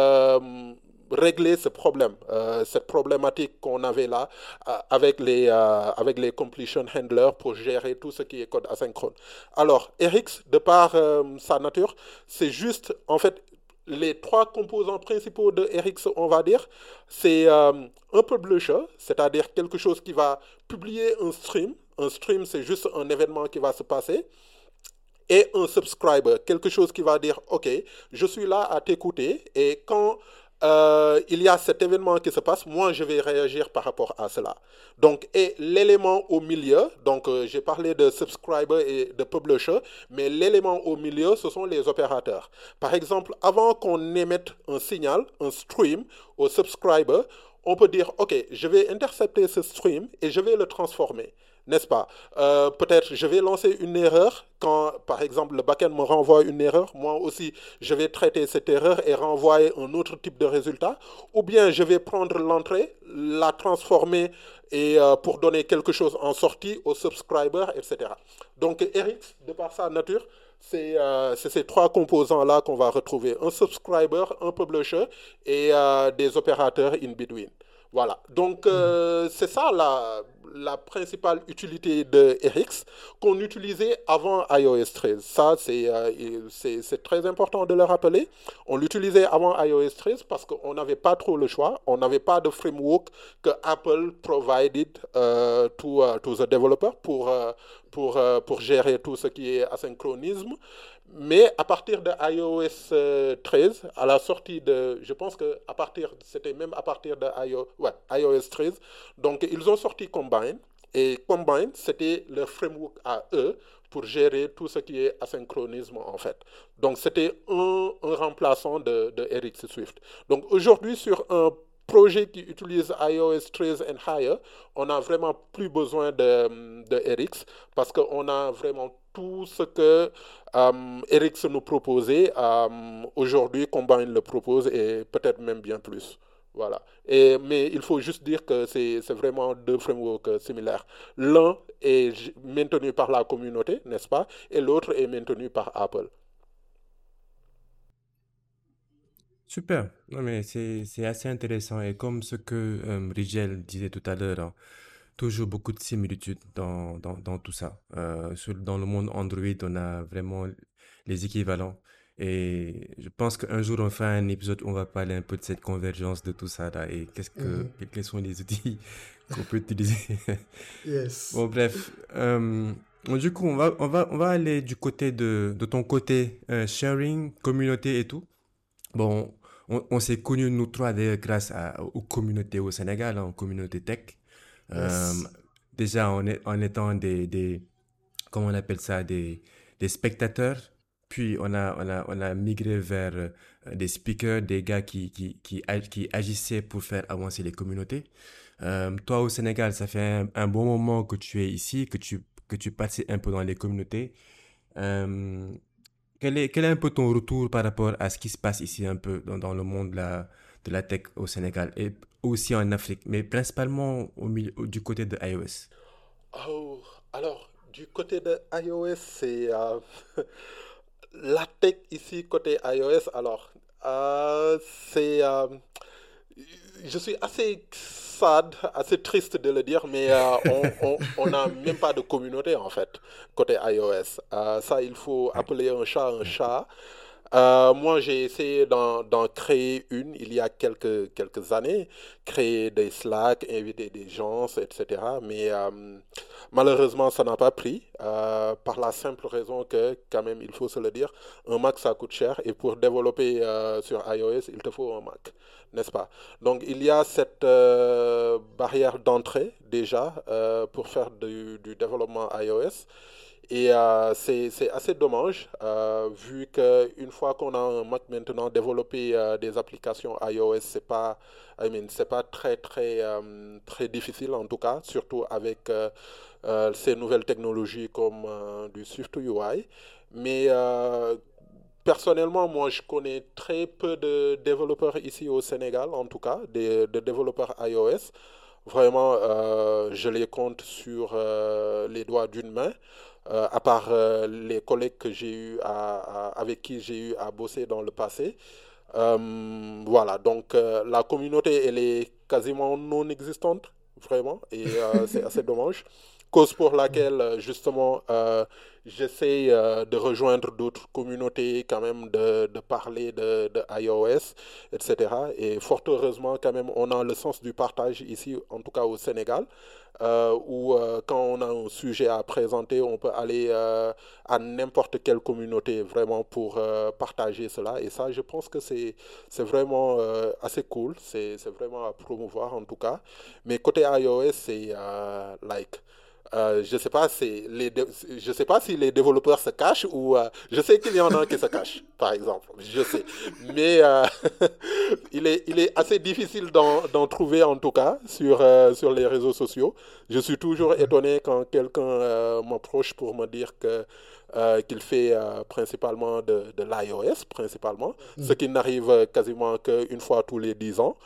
C: régler ce problème, cette problématique qu'on avait là avec les completion handlers pour gérer tout ce qui est code asynchrone. Alors, RX, de par sa nature, c'est juste, en fait, les trois composants principaux de RX, on va dire, c'est un publisher, c'est-à-dire quelque chose qui va publier un stream. Un stream, c'est juste un événement qui va se passer. Et un subscriber, quelque chose qui va dire, OK, je suis là à t'écouter et quand il y a cet événement qui se passe, moi je vais réagir par rapport à cela. Donc, et l'élément au milieu, donc j'ai parlé de subscriber et de publisher, mais l'élément au milieu, ce sont les opérateurs. Par exemple, avant qu'on émette un signal, un stream au subscriber, on peut dire, OK, je vais intercepter ce stream et je vais le transformer. N'est-ce pas? Peut-être je vais lancer une erreur quand, par exemple, le backend me renvoie une erreur. Moi aussi, je vais traiter cette erreur et renvoyer un autre type de résultat. Ou bien je vais prendre l'entrée, la transformer et pour donner quelque chose en sortie au subscriber, etc. Donc, RX, de par sa nature, c'est ces trois composants-là qu'on va retrouver. Un subscriber, un publisher et des opérateurs in between. Voilà, donc c'est ça la principale utilité de RX qu'on utilisait avant iOS 13. Ça, c'est très important de le rappeler. On l'utilisait avant iOS 13 parce qu'on n'avait pas trop le choix. On n'avait pas de framework que Apple provided to the developer pour gérer tout ce qui est asynchronisme. Mais à partir de iOS 13, à la sortie de, je pense que c'était même à partir de iOS 13, donc ils ont sorti Combine, et Combine, c'était leur framework à eux pour gérer tout ce qui est asynchronisme en fait. Donc c'était un remplaçant de RX Swift. Donc aujourd'hui sur un projet qui utilise iOS 13 and higher, on n'a vraiment plus besoin de RX parce qu'on a vraiment tout ce que RX nous proposait. Aujourd'hui, Combine le propose et peut-être même bien plus. Voilà. Mais il faut juste dire que c'est vraiment deux frameworks similaires. L'un est maintenu par la communauté, n'est-ce pas? Et l'autre est maintenu par Apple.
B: Super. Non, mais c'est assez intéressant. Et comme ce que Rigel disait tout à l'heure, hein, toujours beaucoup de similitudes dans tout ça. Dans le monde Android, on a vraiment les équivalents. Et je pense qu'un jour, on fera un épisode où on va parler un peu de cette convergence de tout ça là et quels sont les outils qu'on peut utiliser.
A: Yes.
B: Bon, bref. Bon, du coup, on va aller du côté de ton côté sharing, communauté et tout. Bon, on s'est connus, nous trois, d'ailleurs, grâce aux communautés au Sénégal, hein, aux communautés tech.
A: Yes.
B: Déjà, en étant comment on appelle ça, des spectateurs. Puis, on a migré vers des speakers, des gars qui agissaient pour faire avancer les communautés. Toi, au Sénégal, ça fait un bon moment que tu es ici, que tu passes un peu dans les communautés. Quel est un peu ton retour par rapport à ce qui se passe ici un peu dans le monde de la tech au Sénégal et aussi en Afrique, mais principalement du côté de iOS?
C: Oh, alors, du côté de iOS, c'est la tech ici côté iOS. Alors, c'est je suis assez sad, assez triste de le dire, mais on n'a même pas de communauté en fait côté iOS. Ça, il faut appeler un chat un chat. Moi, j'ai essayé d'en créer une il y a quelques années, créer des Slack, inviter des gens, etc. Mais malheureusement, ça n'a pas pris, par la simple raison que, quand même, il faut se le dire, un Mac, ça coûte cher, et pour développer sur iOS, il te faut un Mac, n'est-ce pas? Donc, il y a cette barrière d'entrée déjà pour faire du développement iOS. Et c'est assez dommage, vu qu'une fois qu'on a un Mac maintenant, développer des applications iOS, c'est pas très difficile en tout cas, surtout avec ces nouvelles technologies comme du SwiftUI. Mais personnellement, moi, je connais très peu de développeurs ici au Sénégal, en tout cas, de développeurs iOS. Vraiment, je les compte sur les doigts d'une main, à part les collègues que j'ai eu avec qui j'ai eu à bosser dans le passé. Voilà, donc la communauté, elle est quasiment non existante, vraiment, et c'est assez dommage. Cause pour laquelle, justement, j'essaie de rejoindre d'autres communautés, quand même, de parler de iOS, etc. Et fort heureusement, quand même, on a le sens du partage ici, en tout cas au Sénégal, où quand on a un sujet à présenter, on peut aller à n'importe quelle communauté, vraiment, pour partager cela. Et ça, je pense que c'est vraiment assez cool, c'est vraiment à promouvoir, en tout cas. Mais côté iOS, c'est je sais pas, je sais pas si les développeurs se cachent ou je sais qu'il y en a qui se cachent, par exemple, je sais. Mais il est assez difficile d'en trouver en tout cas sur les réseaux sociaux. Je suis toujours étonné quand quelqu'un m'approche pour me dire qu'il fait principalement de l'iOS, principalement, ce qui n'arrive quasiment qu'une fois tous les 10 ans.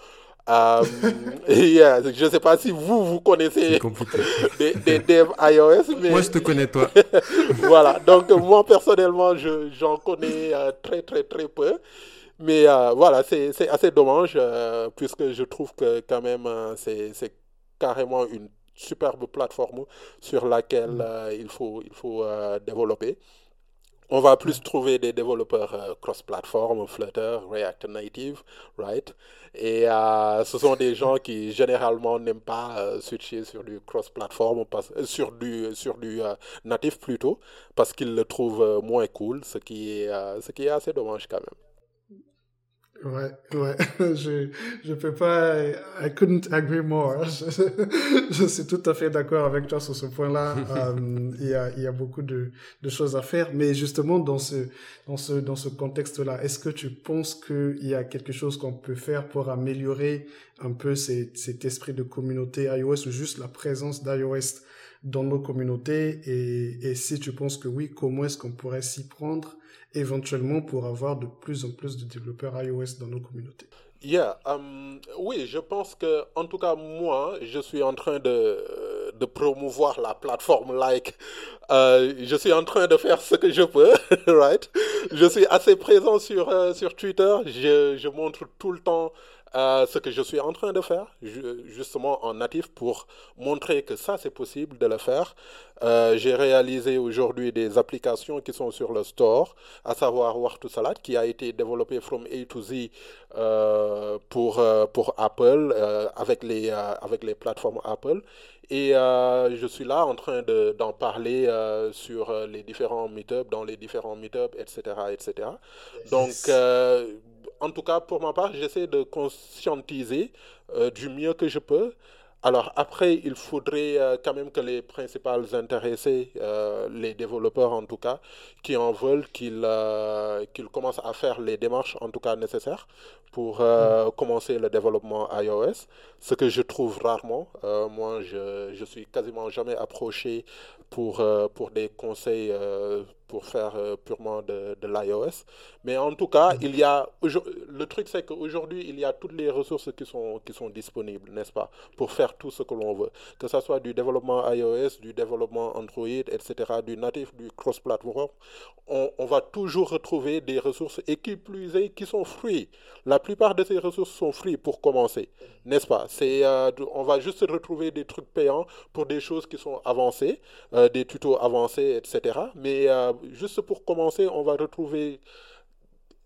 C: Et, je ne sais pas si vous
B: C'est
C: connaissez
B: compliqué.
C: des devs iOS,
B: Moi,
C: mais
B: je te connais, toi.
C: voilà. Donc, moi, personnellement, j'en connais très peu. Mais voilà, c'est assez dommage, puisque je trouve que quand même, c'est carrément une superbe plateforme sur laquelle
A: Mm.
C: il faut développer. On va
A: Ouais.
C: plus trouver des développeurs cross-platform, Flutter, React Native, right? Et ce sont des gens qui généralement n'aiment pas switcher sur du cross-platform, sur du natif plutôt, parce qu'ils le trouvent moins cool, ce qui est assez dommage quand même.
A: Ouais, ouais, je peux pas, I couldn't agree more. Je suis tout à fait d'accord avec toi sur ce point-là. Il y a beaucoup de choses à faire, mais justement dans ce contexte-là, est-ce que tu penses qu'il y a quelque chose qu'on peut faire pour améliorer un peu cet esprit de communauté iOS ou juste la présence d'iOS dans nos communautés? Et si tu penses que oui, comment est-ce qu'on pourrait s'y prendre éventuellement pour avoir de plus en plus de développeurs iOS dans nos communautés?
C: Yeah, oui, je pense que, en tout cas, moi, je suis en train de promouvoir la plateforme like. Je suis en train de faire ce que je peux, right? Je suis assez présent sur Twitter. Je montre tout le temps ce que je suis en train de faire, justement en natif, pour montrer que ça, c'est possible de le faire. J'ai réalisé aujourd'hui des applications qui sont sur le store, à savoir Wartu Salad, qui a été développé from A to Z pour Apple, avec les plateformes Apple. Et je suis là en train d'en parler sur les différents meetups, dans les différents meetups, etc., etc. Donc,
A: Yes.
C: en tout cas, pour ma part, j'essaie de conscientiser du mieux que je peux. Alors après, il faudrait quand même que les principales intéressés, les développeurs en tout cas, qui en veulent, qu'ils commencent à faire les démarches en tout cas nécessaires pour
A: Mm.
C: commencer le développement iOS, ce que je trouve rarement. Moi, je suis quasiment jamais approché pour des conseils pour faire purement de l'iOS. Mais en tout cas,
A: Mm.
C: le truc c'est qu'aujourd'hui, il y a toutes les ressources qui sont disponibles, n'est-ce pas, pour faire tout ce que l'on veut. Que ce soit du développement iOS, du développement Android, etc., du natif, du cross-platform, on va toujours retrouver des ressources et qui plus est, qui sont free. La plupart de ces ressources sont free pour commencer, n'est-ce pas? On va juste retrouver des trucs payants pour des choses qui sont avancées, des tutos avancés, etc. Mais juste pour commencer, on va retrouver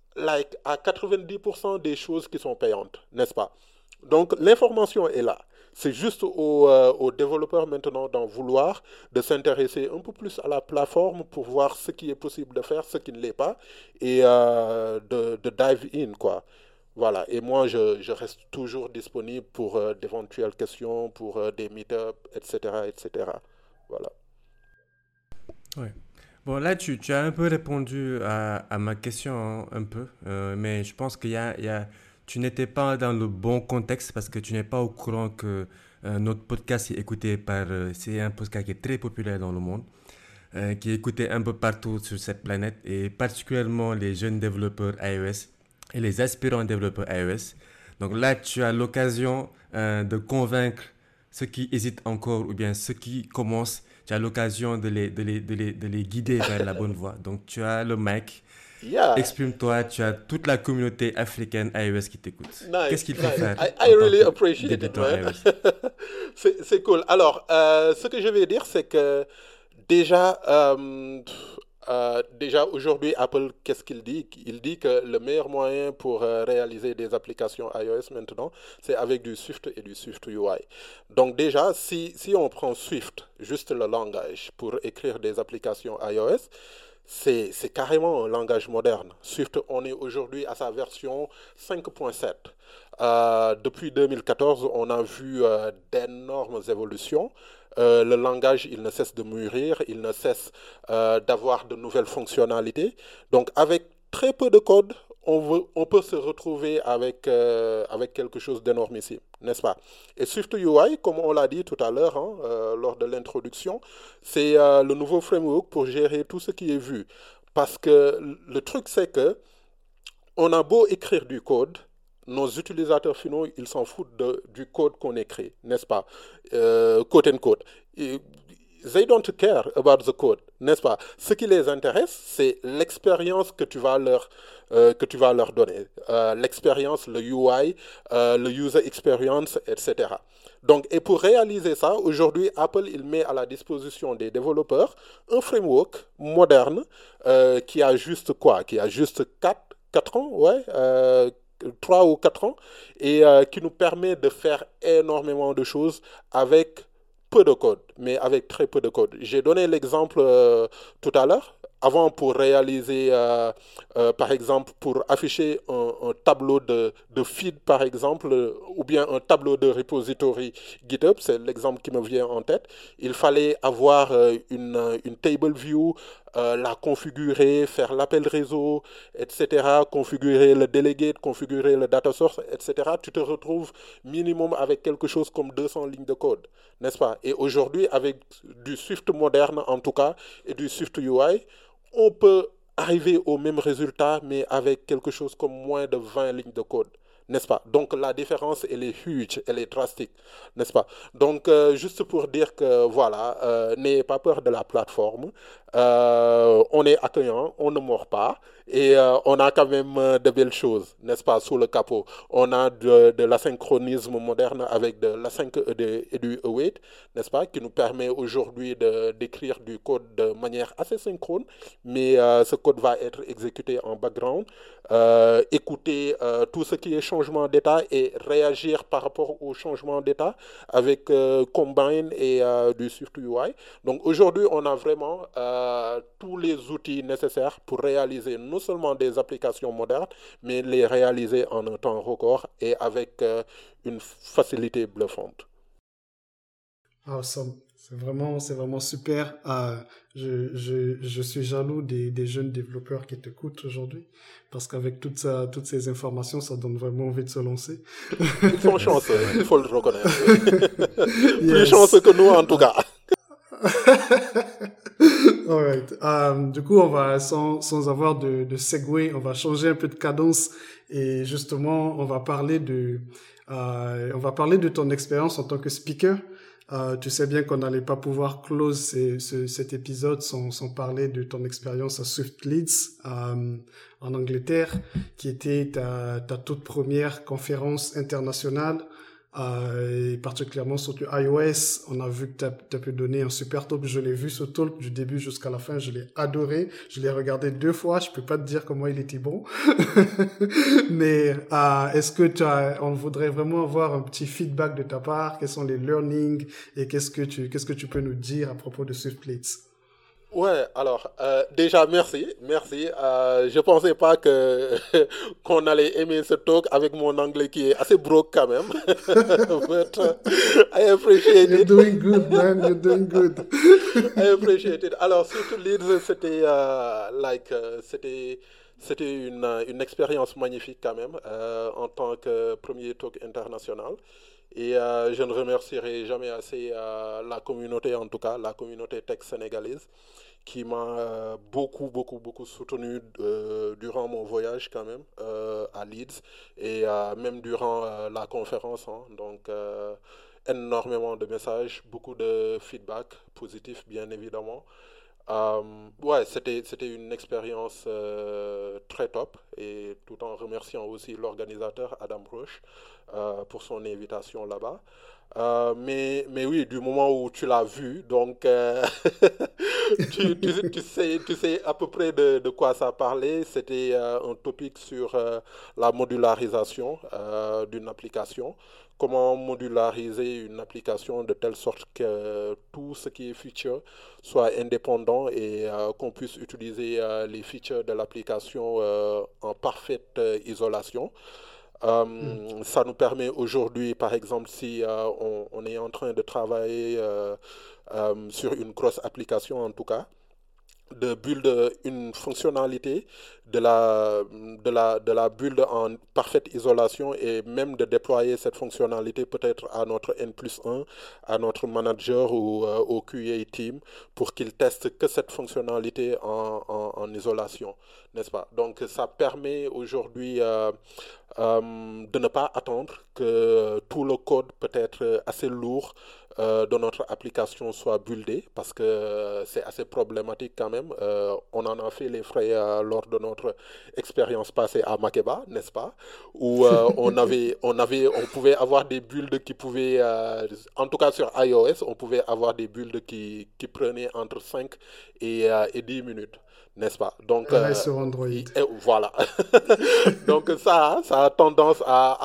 C: à 90% des choses qui sont payantes, n'est-ce pas? Donc l'information est là. C'est juste aux développeurs maintenant d'en vouloir, de s'intéresser un peu plus à la plateforme pour voir ce qui est possible de faire, ce qui ne l'est pas, et de dive in, quoi. Voilà, et moi je reste toujours disponible pour d'éventuelles questions, pour des meet-ups, etc., etc. Voilà.
B: Ouais. Bon, là, tu as un peu répondu à ma question, hein, un peu, mais je pense tu n'étais pas dans le bon contexte parce que tu n'es pas au courant que notre podcast est écouté c'est un podcast qui est très populaire dans le monde, qui est écouté un peu partout sur cette planète et particulièrement les jeunes développeurs iOS et les aspirants développeurs iOS. Donc là, tu as l'occasion de convaincre ceux qui hésitent encore ou bien ceux qui commencent. Tu as l'occasion de les guider vers la bonne voie. Donc tu as le mic,
C: Yeah,
B: exprime-toi, tu as toute la communauté africaine iOS qui t'écoute. Qu'est-ce
C: nice,
B: qu'il faut
C: nice.
B: faire
C: I
B: en tant
C: really
B: que
C: appreciate it,
B: débutant
C: man.
B: iOS?
C: C'est cool. Alors, ce que je vais dire, c'est que déjà, déjà aujourd'hui, Apple, qu'est-ce qu'il dit? Il dit que le meilleur moyen pour réaliser des applications iOS maintenant, c'est avec du Swift et du Swift UI. Donc déjà, si on prend Swift, juste le langage, pour écrire des applications iOS, c'est carrément un langage moderne. Swift, on est aujourd'hui à sa version 5.7. Depuis 2014, on a vu d'énormes évolutions. Le langage, il ne cesse de mûrir, il ne cesse d'avoir de nouvelles fonctionnalités. Donc, avec très peu de code, on peut se retrouver avec quelque chose d'énormissime, n'est-ce pas? Et Swift UI, comme on l'a dit tout à l'heure, hein, lors de l'introduction, c'est le nouveau framework pour gérer tout ce qui est vu. Parce que le truc, c'est que on a beau écrire du code, nos utilisateurs finaux, ils s'en foutent du code qu'on écrit, n'est-ce pas? Quote and quote. They don't care about the code, n'est-ce pas? Ce qui les intéresse, c'est l'expérience que tu vas leur donner. L'expérience, le UI, le user experience, etc. Donc, et pour réaliser ça, aujourd'hui, Apple, il met à la disposition des développeurs un framework moderne qui a juste quoi? Qui a juste 4 ans, ouais, 3 ou 4 ans, et qui nous permet de faire énormément de choses avec peu de code, mais avec très peu de code. J'ai donné l'exemple tout à l'heure. Avant, pour réaliser, par exemple, pour afficher un tableau de feed, par exemple, ou bien un tableau de repository GitHub, c'est l'exemple qui me vient en tête, il fallait avoir une table view, la configurer, faire l'appel réseau, etc., configurer le delegate, configurer le data source, etc. Tu te retrouves minimum avec quelque chose comme 200 lignes de code, n'est-ce pas? Et aujourd'hui, avec du Swift moderne en tout cas, et du Swift UI, on peut arriver au même résultat, mais avec quelque chose comme moins de 20 lignes de code, n'est-ce pas? Donc la différence, elle est huge, elle est drastique, n'est-ce pas? Donc juste pour dire que voilà, n'ayez pas peur de la plateforme. On est accueillant, on ne mord pas, et on a quand même de belles choses, n'est-ce pas, sous le capot. On a de l'asynchronisme moderne avec de l'async et du await, n'est-ce pas, qui nous permet aujourd'hui d'écrire du code de manière assez synchrone, mais ce code va être exécuté en background, écouter tout ce qui est changement d'état et réagir par rapport au changement d'état avec Combine et du Swift UI. Donc aujourd'hui, on a vraiment tous les outils nécessaires pour réaliser non seulement des applications modernes, mais les réaliser en un temps record et avec une facilité bluffante.
A: Awesome. C'est vraiment super. Je suis jaloux des jeunes développeurs qui t'écoutent aujourd'hui parce qu'avec toutes ces informations, ça donne vraiment envie de se lancer.
C: Ils sont chanceux, il faut le reconnaître. Plus
A: Yes.
C: chanceux que nous en tout cas.
A: Alright. Du coup, on va, sans avoir de segue, on va changer un peu de cadence et justement, on va parler on va parler de ton expérience en tant que speaker. Tu sais bien qu'on n'allait pas pouvoir close cet épisode sans parler de ton expérience à Swift Leeds, en Angleterre, qui était ta toute première conférence internationale. Et particulièrement sur du iOS, on a vu que t'as pu donner un super talk. Je l'ai vu ce talk du début jusqu'à la fin, je l'ai adoré. Je l'ai regardé 2 fois, je peux pas te dire comment il était bon. Mais est-ce que on voudrait vraiment avoir un petit feedback de ta part? Quels sont les learnings et qu'est-ce que tu peux nous dire à propos de SwiftPlates?
C: Ouais, alors déjà merci. Je pensais pas que qu'on allait aimer ce talk avec mon anglais qui est assez broke quand même. But I appreciate
A: You're
C: it.
A: doing good, man. You're doing good.
C: I appreciate it. Alors surtout Leeds, c'était c'était une expérience magnifique quand même en tant que premier talk international. Et je ne remercierai jamais assez la communauté, en tout cas la communauté tech sénégalaise, qui m'a beaucoup soutenu durant mon voyage quand même à Leeds et même durant la conférence. Hein. Donc, énormément de messages, beaucoup de feedback positif, bien évidemment. Ouais, c'était une expérience très top et tout en remerciant aussi l'organisateur Adam Roche pour son invitation là-bas. Mais oui, du moment où tu l'as vu, donc tu sais à peu près de quoi ça parlait. C'était un topic sur la modularisation d'une application. Comment modulariser une application de telle sorte que tout ce qui est feature soit indépendant et qu'on puisse utiliser les features de l'application en parfaite isolation.
A: Hmm.
C: Ça nous permet aujourd'hui, par exemple, si on est en train de travailler sur une grosse application en tout cas, de build une fonctionnalité de la build en parfaite isolation et même de déployer cette fonctionnalité peut-être à notre N plus 1, à notre manager ou au QA team pour qu'ils testent que cette fonctionnalité en isolation, n'est-ce pas? Donc ça permet aujourd'hui de ne pas attendre que tout le code peut être assez lourd de notre application soit buildé parce que c'est assez problématique quand même. On en a fait les frais lors de notre expérience passée à Makeba, n'est-ce pas? Où on pouvait avoir des builds qui pouvaient, en tout cas sur iOS, on pouvait avoir des builds qui prenaient entre 5 et 10 minutes, n'est-ce pas? Donc,
A: Pareil sur Android.
C: et voilà. Donc ça a tendance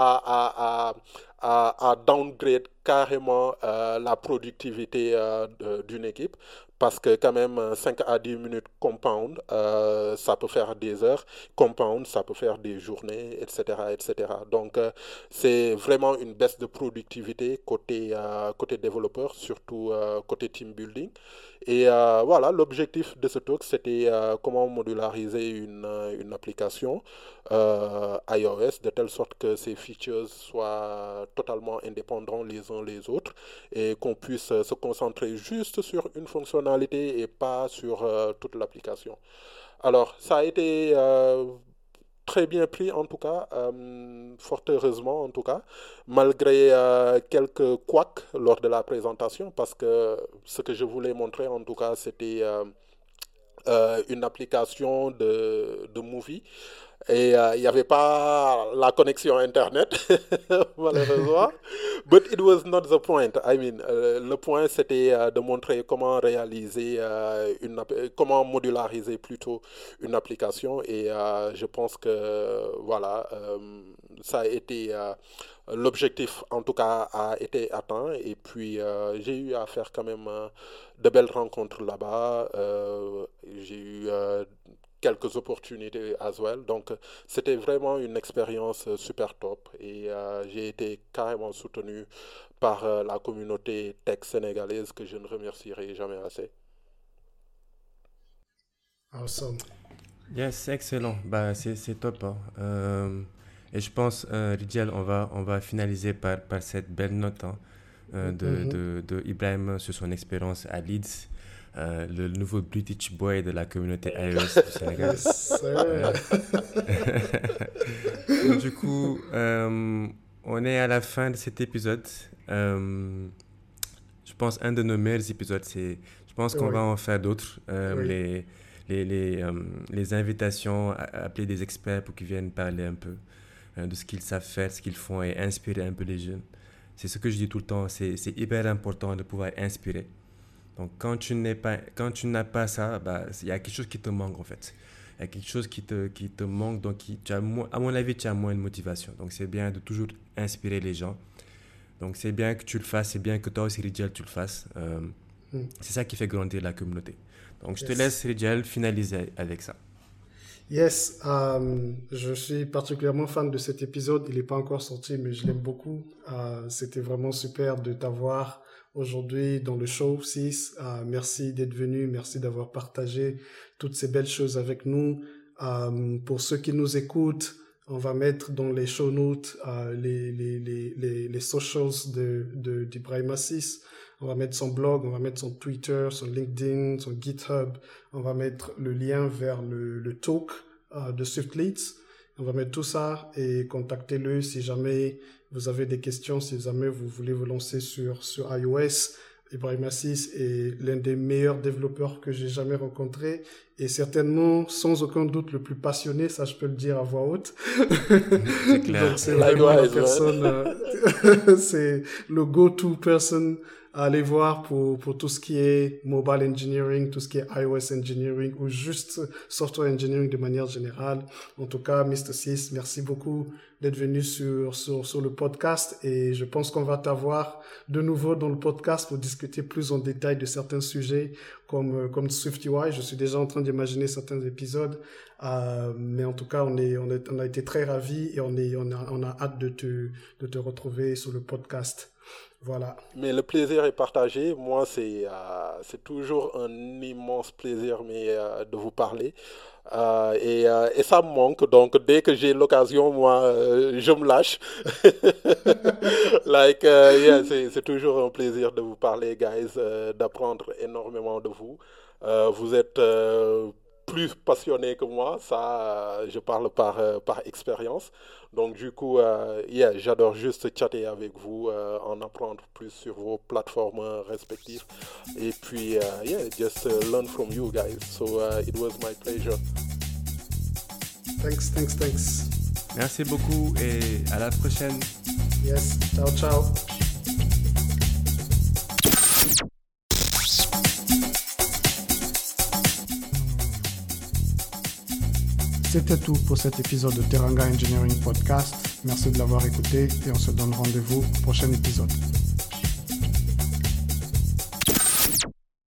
C: à downgrade carrément la productivité d'une équipe parce que quand même 5 à 10 minutes compound, ça peut faire des heures, compound, ça peut faire des journées, etc. etc. Donc c'est vraiment une baisse de productivité côté développeur, surtout côté team building. Et voilà, l'objectif de ce talk, c'était comment modulariser une application iOS de telle sorte que ces features soient totalement indépendants les uns les autres et qu'on puisse se concentrer juste sur une fonctionnalité et pas sur toute l'application. Alors, ça a été très bien pris en tout cas, fort heureusement en tout cas, malgré quelques couacs lors de la présentation, parce que ce que je voulais montrer en tout cas, c'était une application de movie et il n'y avait pas la connexion Internet, malheureusement. But it was not the point. I mean, le point, c'était de montrer comment réaliser, comment modulariser plutôt une application. Et je pense que, voilà, ça a été, l'objectif, en tout cas, a été atteint. Et puis, j'ai eu à faire quand même de belles rencontres là-bas. J'ai eu quelques opportunités as well. Donc, c'était vraiment une expérience super top et j'ai été carrément soutenu par la communauté tech sénégalaise que je ne remercierai jamais assez.
A: Awesome.
B: Yes, excellent. Bah, c'est top, hein. Et je pense, Rijal, on va finaliser par cette belle note, hein,
A: Mhm.
B: de Ibrahim sur son expérience à Leeds, le nouveau British boy de la communauté iOS du Sénégal.
A: Yes, sir.
B: Euh, donc, du coup, on est à la fin de cet épisode. Je pense un de nos meilleurs épisodes. Je pense qu'on va
A: Oui,
B: en faire d'autres.
A: oui.
B: Les invitations à appeler des experts pour qu'ils viennent parler un peu de ce qu'ils savent faire, ce qu'ils font et inspirer un peu les jeunes. C'est ce que je dis tout le temps, c'est hyper important de pouvoir inspirer. Donc, quand tu n'as pas ça, bah, il y a quelque chose qui te manque, en fait. Il y a quelque chose qui te manque, donc à mon avis, tu as moins de motivation. Donc, c'est bien de toujours inspirer les gens. Donc, c'est bien que tu le fasses, c'est bien que toi aussi, Rijal, tu le fasses. C'est ça qui fait grandir la communauté. Donc, je te laisse, Rijal, finaliser avec ça.
A: Yes, je suis particulièrement fan de cet épisode. Il n'est pas encore sorti, mais je l'aime beaucoup. C'était vraiment super de t'avoir aujourd'hui dans le show 6. Merci d'être venu, merci d'avoir partagé toutes ces belles choses avec nous. Pour ceux qui nous écoutent, on va mettre dans les show notes les socials d'Ibrahima 6. On va mettre son blog, on va mettre son Twitter, son LinkedIn, son GitHub. On va mettre le lien vers le talk de SwiftLeads. On va mettre tout ça et contactez-le si jamais vous avez des questions, si jamais vous voulez vous lancer sur iOS. Ibrahima 6 est l'un des meilleurs développeurs que j'ai jamais rencontré et certainement, sans aucun doute, le plus passionné, ça je peux le dire à voix haute.
B: C'est clair.
A: Donc c'est vraiment la personne, c'est le go-to person à aller voir pour tout ce qui est mobile engineering, tout ce qui est iOS engineering ou juste software engineering de manière générale. En tout cas, Mr. 6, merci beaucoup d'être venu sur le podcast et je pense qu'on va t'avoir de nouveau dans le podcast pour discuter plus en détail de certains sujets comme SwiftUI. Je suis déjà en train d'imaginer certains épisodes, mais en tout cas, on a été très ravis et on a hâte de te retrouver sur le podcast. Voilà.
C: Mais le plaisir est partagé. Moi, c'est toujours un immense plaisir de vous parler. Et ça me manque. Donc, dès que j'ai l'occasion, moi, je me lâche. C'est toujours un plaisir de vous parler, guys, d'apprendre énormément de vous. Vous êtes plus passionné que moi, ça, je parle par expérience. Donc du coup, j'adore juste chatter avec vous, en apprendre plus sur vos plateformes respectives. Et puis, just learn from you guys. So it was my pleasure.
A: Thanks.
B: Merci beaucoup et à la prochaine.
A: Yes, ciao. C'était tout pour cet épisode de Teranga Engineering Podcast. Merci de l'avoir écouté et on se donne rendez-vous au prochain épisode.